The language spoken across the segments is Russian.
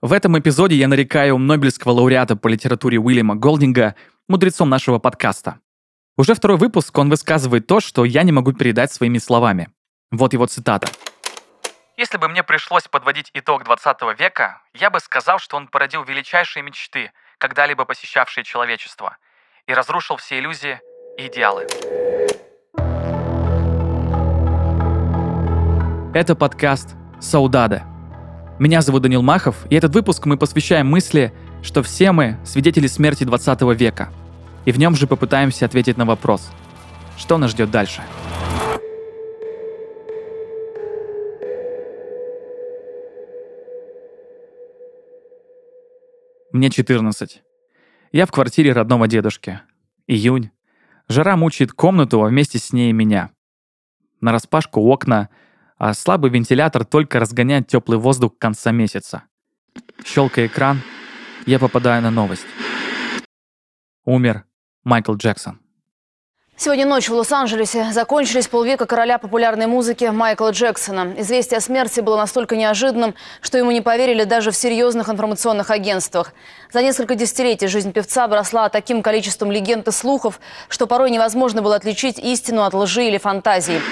В этом эпизоде я нарекаю Нобелевского лауреата по литературе Уильяма Голдинга мудрецом нашего подкаста. Уже второй выпуск он высказывает то, что я не могу передать своими словами. Вот его цитата. «Если бы мне пришлось подводить итог 20 века, я бы сказал, что он породил величайшие мечты, когда-либо посещавшие человечество, и разрушил все иллюзии и идеалы». Это подкаст «Саудade». Меня зовут Данил Махов, и этот выпуск мы посвящаем мысли, что все мы свидетели смерти 20 века. И в нем же попытаемся ответить на вопрос, что нас ждет дальше. Мне 14. Я в квартире родного дедушки. Июнь. Жара мучает комнату, а вместе с ней и меня. Нараспашку окна, а слабый вентилятор только разгоняет теплый воздух к конца месяца. Щелкая экран, я попадаю на новость. Умер Майкл Джексон. Сегодня ночью в Лос-Анджелесе закончились полвека короля популярной музыки Майкла Джексона. Известие о смерти было настолько неожиданным, что ему не поверили даже в серьезных информационных агентствах. За несколько десятилетий жизнь певца обросла таким количеством легенд и слухов, что порой невозможно было отличить истину от лжи или фантазии.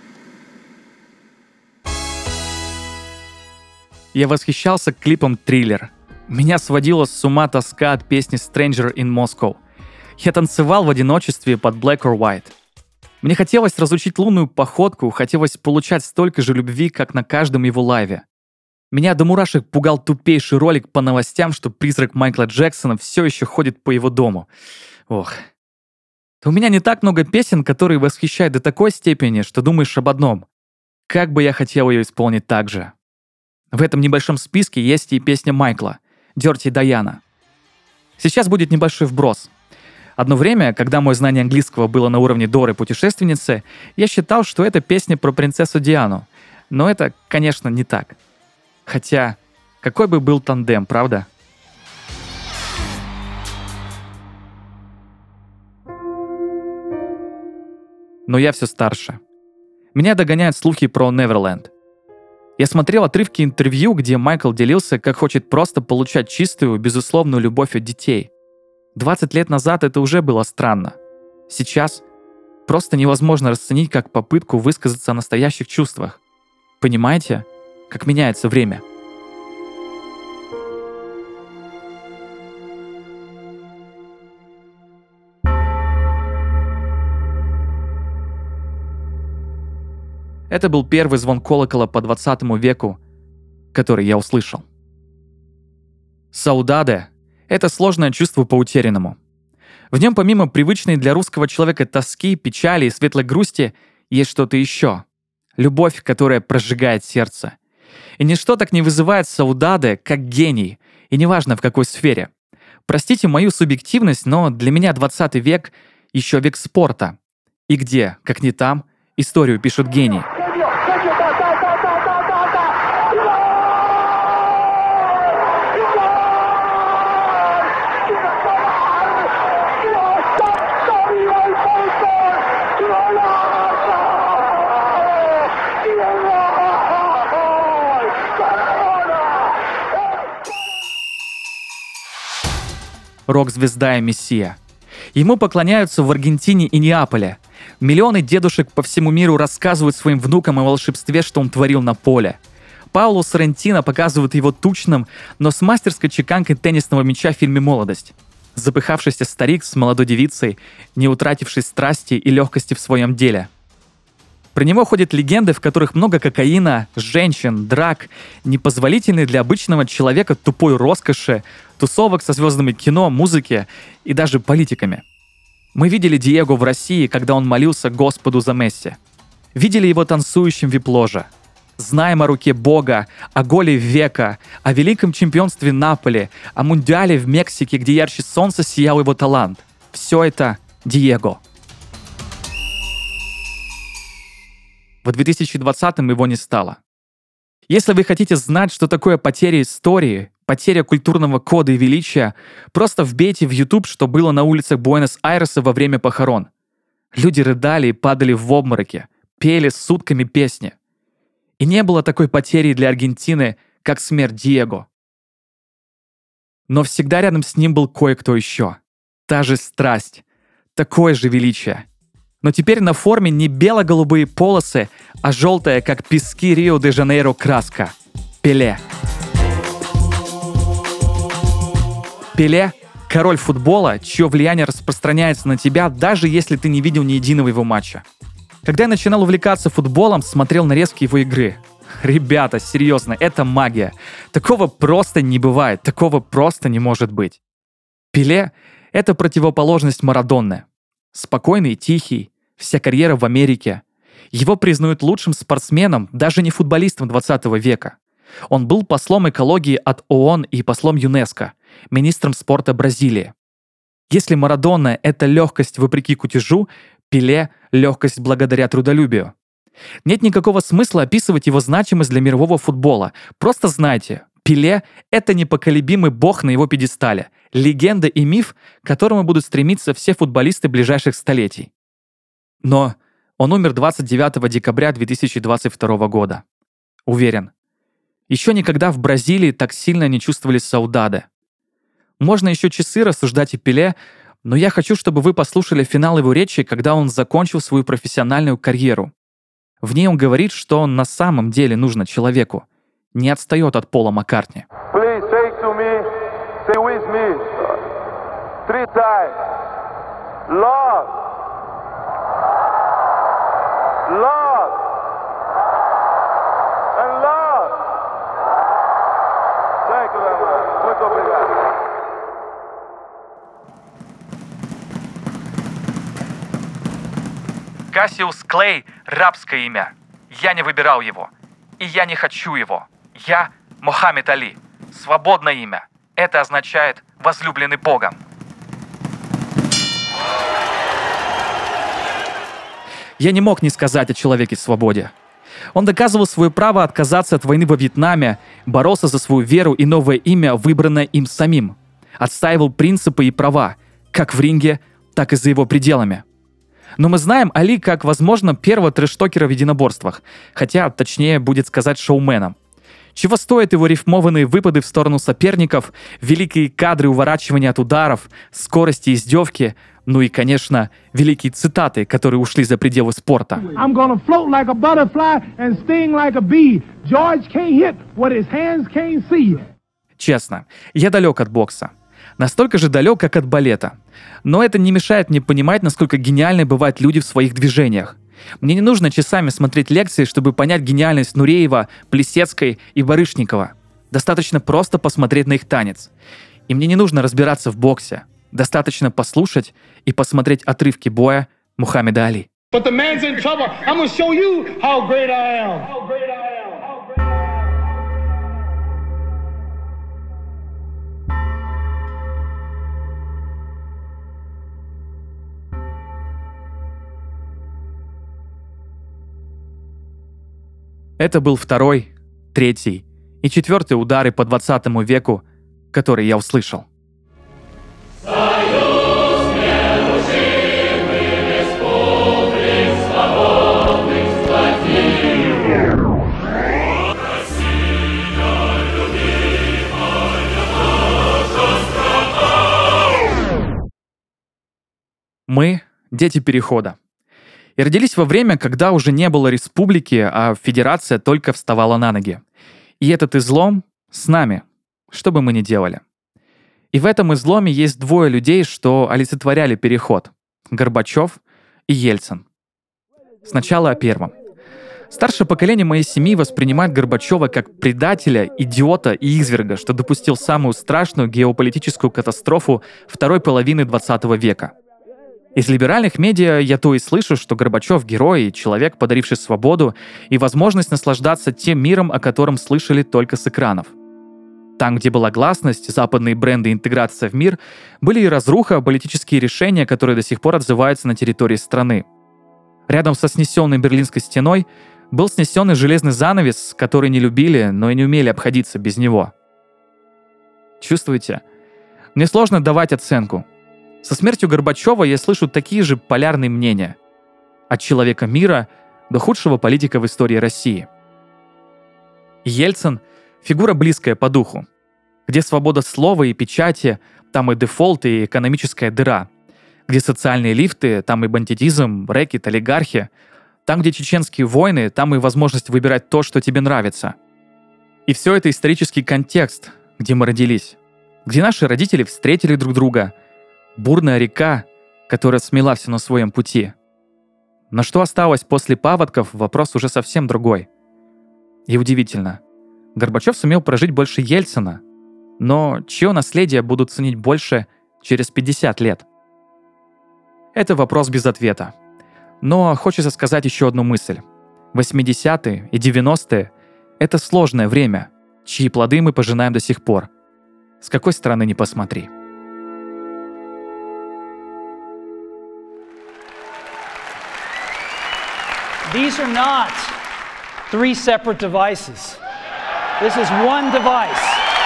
Я восхищался клипом «Триллер». Меня сводила с ума тоска от песни «Stranger in Moscow». Я танцевал в одиночестве под «Black or White». Мне хотелось разучить лунную походку, хотелось получать столько же любви, как на каждом его лайве. Меня до мурашек пугал тупейший ролик по новостям, что призрак Майкла Джексона все еще ходит по его дому. Ох. У меня не так много песен, которые восхищают до такой степени, что думаешь об одном. Как бы я хотел ее исполнить так же. В этом небольшом списке есть и песня Майкла «Dirty Diana». Сейчас будет небольшой вброс. Одно время, когда мое знание английского было на уровне Доры-путешественницы, я считал, что это песня про принцессу Диану. Но это, конечно, не так. Хотя, какой бы был тандем, правда? Но я все старше. Меня догоняют слухи про Неверленд. Я смотрел отрывки интервью, где Майкл делился, как хочет просто получать чистую, безусловную любовь от детей. 20 лет назад это уже было странно. Сейчас просто невозможно расценить как попытку высказаться о настоящих чувствах. Понимаете, как меняется время? Это был первый звон колокола по 20 веку, который я услышал. «Саудade» — это сложное чувство по утерянному. В нем помимо привычной для русского человека тоски, печали и светлой грусти есть что-то еще. Любовь, которая прожигает сердце. И ничто так не вызывает «Саудade», как гений, и неважно в какой сфере. Простите мою субъективность, но для меня 20 век еще век спорта. И где, как не там, историю пишут гении. Рок-звезда и мессия. Ему поклоняются в Аргентине и Неаполе. Миллионы дедушек по всему миру рассказывают своим внукам о волшебстве, что он творил на поле. Пауло Соррентино показывает его тучным, но с мастерской чеканкой теннисного мяча в фильме «Молодость». Запыхавшийся старик с молодой девицей, не утративший страсти и легкости в своем деле. Про него ходят легенды, в которых много кокаина, женщин, драк, непозволительной для обычного человека тупой роскоши, тусовок со звездами кино, музыки и даже политиками. Мы видели Диего в России, когда он молился Господу за Месси. Видели его танцующим в вип-ложе. Знаем о руке Бога, о голе века, о великом чемпионстве Наполи, о мундиале в Мексике, где ярче солнца сиял его талант. Все это Диего. В 2020-м его не стало. Если вы хотите знать, что такое потеря истории, потеря культурного кода и величия, просто вбейте в YouTube, что было на улицах Буэнос-Айреса во время похорон. Люди рыдали и падали в обмороки, пели сутками песни. И не было такой потери для Аргентины, как смерть Диего. Но всегда рядом с ним был кое-кто еще. Та же страсть, такое же величие. Но теперь на форме не бело-голубые полосы, а желтая, как пески Рио-де-Жанейро, краска. Пеле. Пеле — король футбола, чье влияние распространяется на тебя, даже если ты не видел ни единого его матча. Когда я начинал увлекаться футболом, смотрел нарезки его игры. Ребята, серьезно, это магия. Такого просто не бывает, такого просто не может быть. Пеле — это противоположность Марадонны. Спокойный и тихий, вся карьера в Америке. Его признают лучшим спортсменом, даже не футболистом 20 века. Он был послом экологии от ООН и послом ЮНЕСКО, министром спорта Бразилии. Если Марадонна — это легкость вопреки кутежу, Пеле — легкость благодаря трудолюбию. Нет никакого смысла описывать его значимость для мирового футбола. Просто знайте, Пеле — это непоколебимый бог на его пьедестале, легенда и миф, к которому будут стремиться все футболисты ближайших столетий. Но он умер 29 декабря 2022 года. Уверен, еще никогда в Бразилии так сильно не чувствовали саудаде. Можно еще часы рассуждать о Пеле, но я хочу, чтобы вы послушали финал его речи, когда он закончил свою профессиональную карьеру. В ней он говорит, что он на самом деле нужно человеку, не отстает от Пола Маккартни. Please say to me, say with me, 3 times, Lord, Lord, and Lord. Thank you very much. Muito obrigado. Кассиус Клей — рабское имя. Я не выбирал его. И я не хочу его. Я Мохаммед Али. Свободное имя. Это означает «возлюбленный Богом». Я не мог не сказать о человеке-свободе. Он доказывал свое право отказаться от войны во Вьетнаме, боролся за свою веру и новое имя, выбранное им самим. Отстаивал принципы и права, как в ринге, так и за его пределами. Но мы знаем Али как, возможно, первого трэш-токера в единоборствах, хотя, точнее, будет сказать шоуменом. Чего стоят его рифмованные выпады в сторону соперников, великие кадры уворачивания от ударов, скорости издевки, ну и, конечно, великие цитаты, которые ушли за пределы спорта. I'm gonna float like a butterfly and sting like a bee. George can't hit what his hands can't see. Честно, я далек от бокса. Настолько же далек, как от балета. Но это не мешает мне понимать, насколько гениальны бывают люди в своих движениях. Мне не нужно часами смотреть лекции, чтобы понять гениальность Нуреева, Плесецкой и Барышникова. Достаточно просто посмотреть на их танец. И мне не нужно разбираться в боксе. Достаточно послушать и посмотреть отрывки боя Мухаммеда Али. But the man's in trouble. I'm gonna show you how great I am. How great I am. Это был второй, третий и четвертый удары по 20 веку, которые я услышал. Мы — дети Перехода. И родились во время, когда уже не было республики, а федерация только вставала на ноги. И этот излом с нами, что бы мы ни делали. И в этом изломе есть двое людей, что олицетворяли переход — Горбачев и Ельцин. Сначала о первом. Старшее поколение моей семьи воспринимает Горбачева как предателя, идиота и изверга, что допустил самую страшную геополитическую катастрофу второй половины 20 века. Из либеральных медиа я то и слышу, что Горбачев — герой и человек, подаривший свободу и возможность наслаждаться тем миром, о котором слышали только с экранов. Там, где была гласность, западные бренды и интеграция в мир, были и разруха, политические решения, которые до сих пор отзываются на территории страны. Рядом со снесенной Берлинской стеной был снесен и железный занавес, который не любили, но и не умели обходиться без него. Чувствуете? Мне сложно давать оценку. Со смертью Горбачева я слышу такие же полярные мнения. От человека мира до худшего политика в истории России. Ельцин — фигура близкая по духу. Где свобода слова и печати, там и дефолт, и экономическая дыра. Где социальные лифты, там и бандитизм, рэкет, олигархи. Там, где чеченские войны, там и возможность выбирать то, что тебе нравится. И все это исторический контекст, где мы родились. Где наши родители встретили друг друга. Бурная река, которая смела все на своем пути. Но что осталось после паводков, вопрос уже совсем другой. И удивительно. Горбачев сумел прожить больше Ельцина, но чье наследие будут ценить больше через 50 лет? Это вопрос без ответа. Но хочется сказать еще одну мысль. 80-е и 90-е — это сложное время, чьи плоды мы пожинаем до сих пор. С какой стороны ни посмотри. These are not three separate devices. This is one device.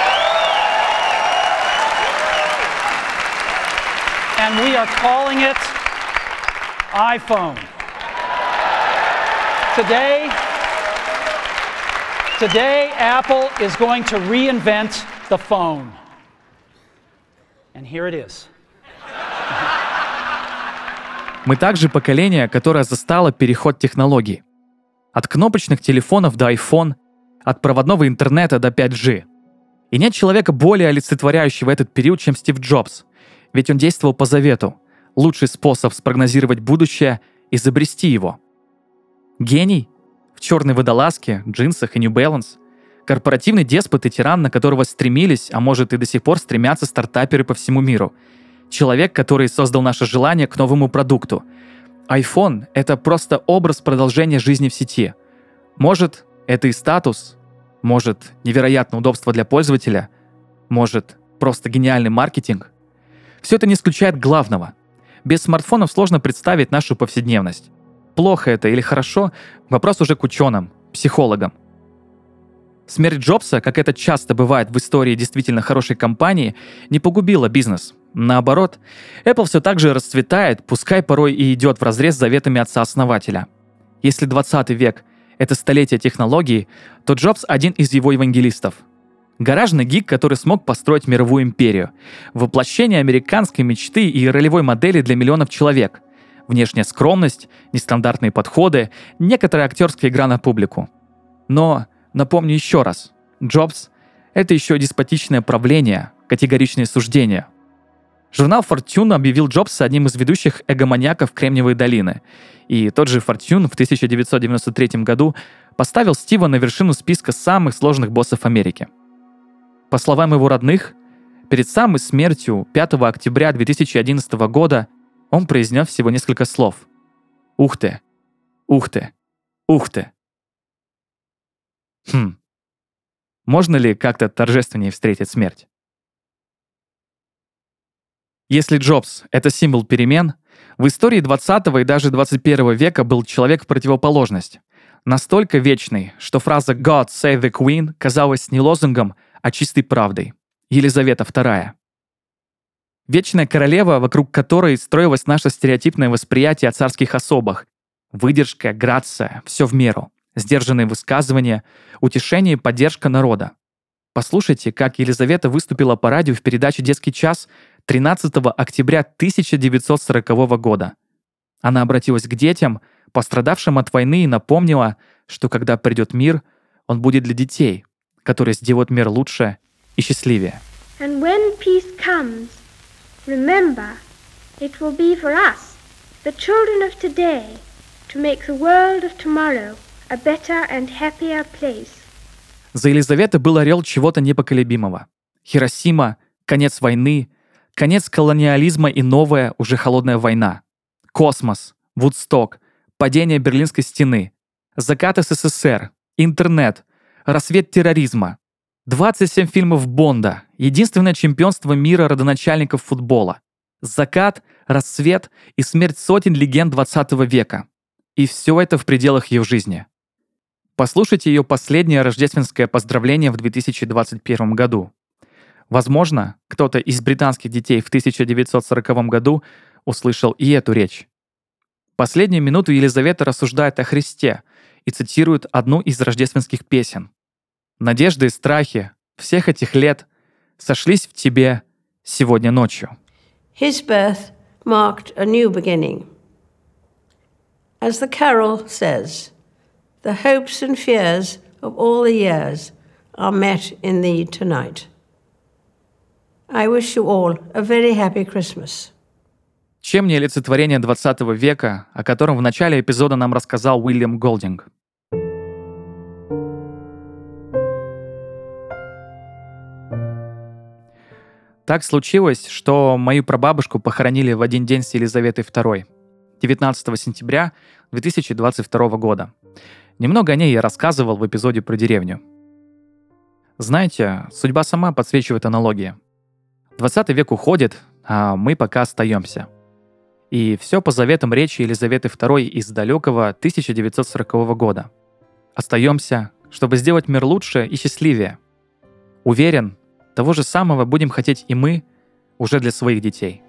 And we are calling it iPhone. Today, Apple is going to reinvent the phone. And here it is. Мы также поколение, которое застало переход технологий. От кнопочных телефонов до iPhone, от проводного интернета до 5G. И нет человека более олицетворяющего этот период, чем Стив Джобс. Ведь он действовал по завету. Лучший способ спрогнозировать будущее — изобрести его. Гений? В черной водолазке, джинсах и New Balance. Корпоративный деспот и тиран, на которого стремились, а может и до сих пор стремятся стартаперы по всему миру. Человек, который создал наше желание к новому продукту. iPhone — это просто образ продолжения жизни в сети. Может, это и статус, может, невероятное удобство для пользователя, может, просто гениальный маркетинг. Все это не исключает главного. Без смартфонов сложно представить нашу повседневность. Плохо это или хорошо — вопрос уже к ученым, психологам. Смерть Джобса, как это часто бывает в истории действительно хорошей компании, не погубила бизнес. Наоборот, Apple все так же расцветает, пускай порой и идет вразрез с заветами отца-основателя. Если 20 век — это столетие технологий, то Джобс один из его евангелистов. Гаражный гик, который смог построить мировую империю. Воплощение американской мечты и ролевой модели для миллионов человек. Внешняя скромность, нестандартные подходы, некоторая актерская игра на публику. Но, напомню еще раз, Джобс — это еще и деспотичное правление, категоричные суждения. Журнал Fortune объявил Джобса одним из ведущих эгоманьяков Кремниевой долины. И тот же Fortune в 1993 году поставил Стива на вершину списка самых сложных боссов Америки. По словам его родных, перед самой смертью 5 октября 2011 года он произнес всего несколько слов. «Ух ты! Ух ты! Ух ты!» Можно ли как-то торжественнее встретить смерть? Если Джобс — это символ перемен, в истории 20 и даже 21 века был человек в противоположность. Настолько вечный, что фраза «God save the Queen» казалась не лозунгом, а чистой правдой. Елизавета II. Вечная королева, вокруг которой строилось наше стереотипное восприятие о царских особах. Выдержка, грация, все в меру. Сдержанные высказывания, утешение и поддержка народа. Послушайте, как Елизавета выступила по радио в передаче «Детский час» 13 октября 1940 года. Она обратилась к детям, пострадавшим от войны, и напомнила, что когда придет мир, он будет для детей, которые сделают мир лучше и счастливее. And when peace comes, remember, it will be for us, the children of today, to make the world of tomorrow a better and happier place. За Елизаветой был орел чего-то непоколебимого. Хиросима, конец войны, конец колониализма и новая, уже холодная война. Космос, Вудсток, падение Берлинской стены, закат СССР, интернет, рассвет терроризма, 27 фильмов Бонда, единственное чемпионство мира родоначальников футбола, закат, рассвет и смерть сотен легенд 20 века. И все это в пределах ее жизни. Послушайте ее последнее рождественское поздравление в 2021 году. Возможно, кто-то из британских детей в 1940 году услышал и эту речь. Последнюю минуту Елизавета рассуждает о Христе и цитирует одну из рождественских песен. Надежды и страхи всех этих лет сошлись в тебе сегодня ночью. His birth marked a new beginning. As the carol says, the hopes and fears of all the years are met in thee tonight. I wish you all a very happy Christmas. Чем не олицетворение 20 века, о котором в начале эпизода нам рассказал Уильям Голдинг? Так случилось, что мою прабабушку похоронили в один день с Елизаветой II, 19 сентября 2022 года. Немного о ней я рассказывал в эпизоде про деревню. Знаете, судьба сама подсвечивает аналогии. 20 век уходит, а мы пока остаемся. И все по заветам речи Елизаветы II из далекого 1940 года. Остаемся, чтобы сделать мир лучше и счастливее. Уверен, того же самого будем хотеть и мы уже для своих детей.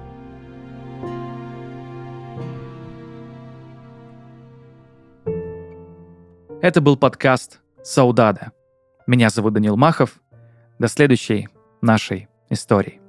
Это был подкаст «Саудада». Меня зовут Данил Махов. До следующей нашей истории.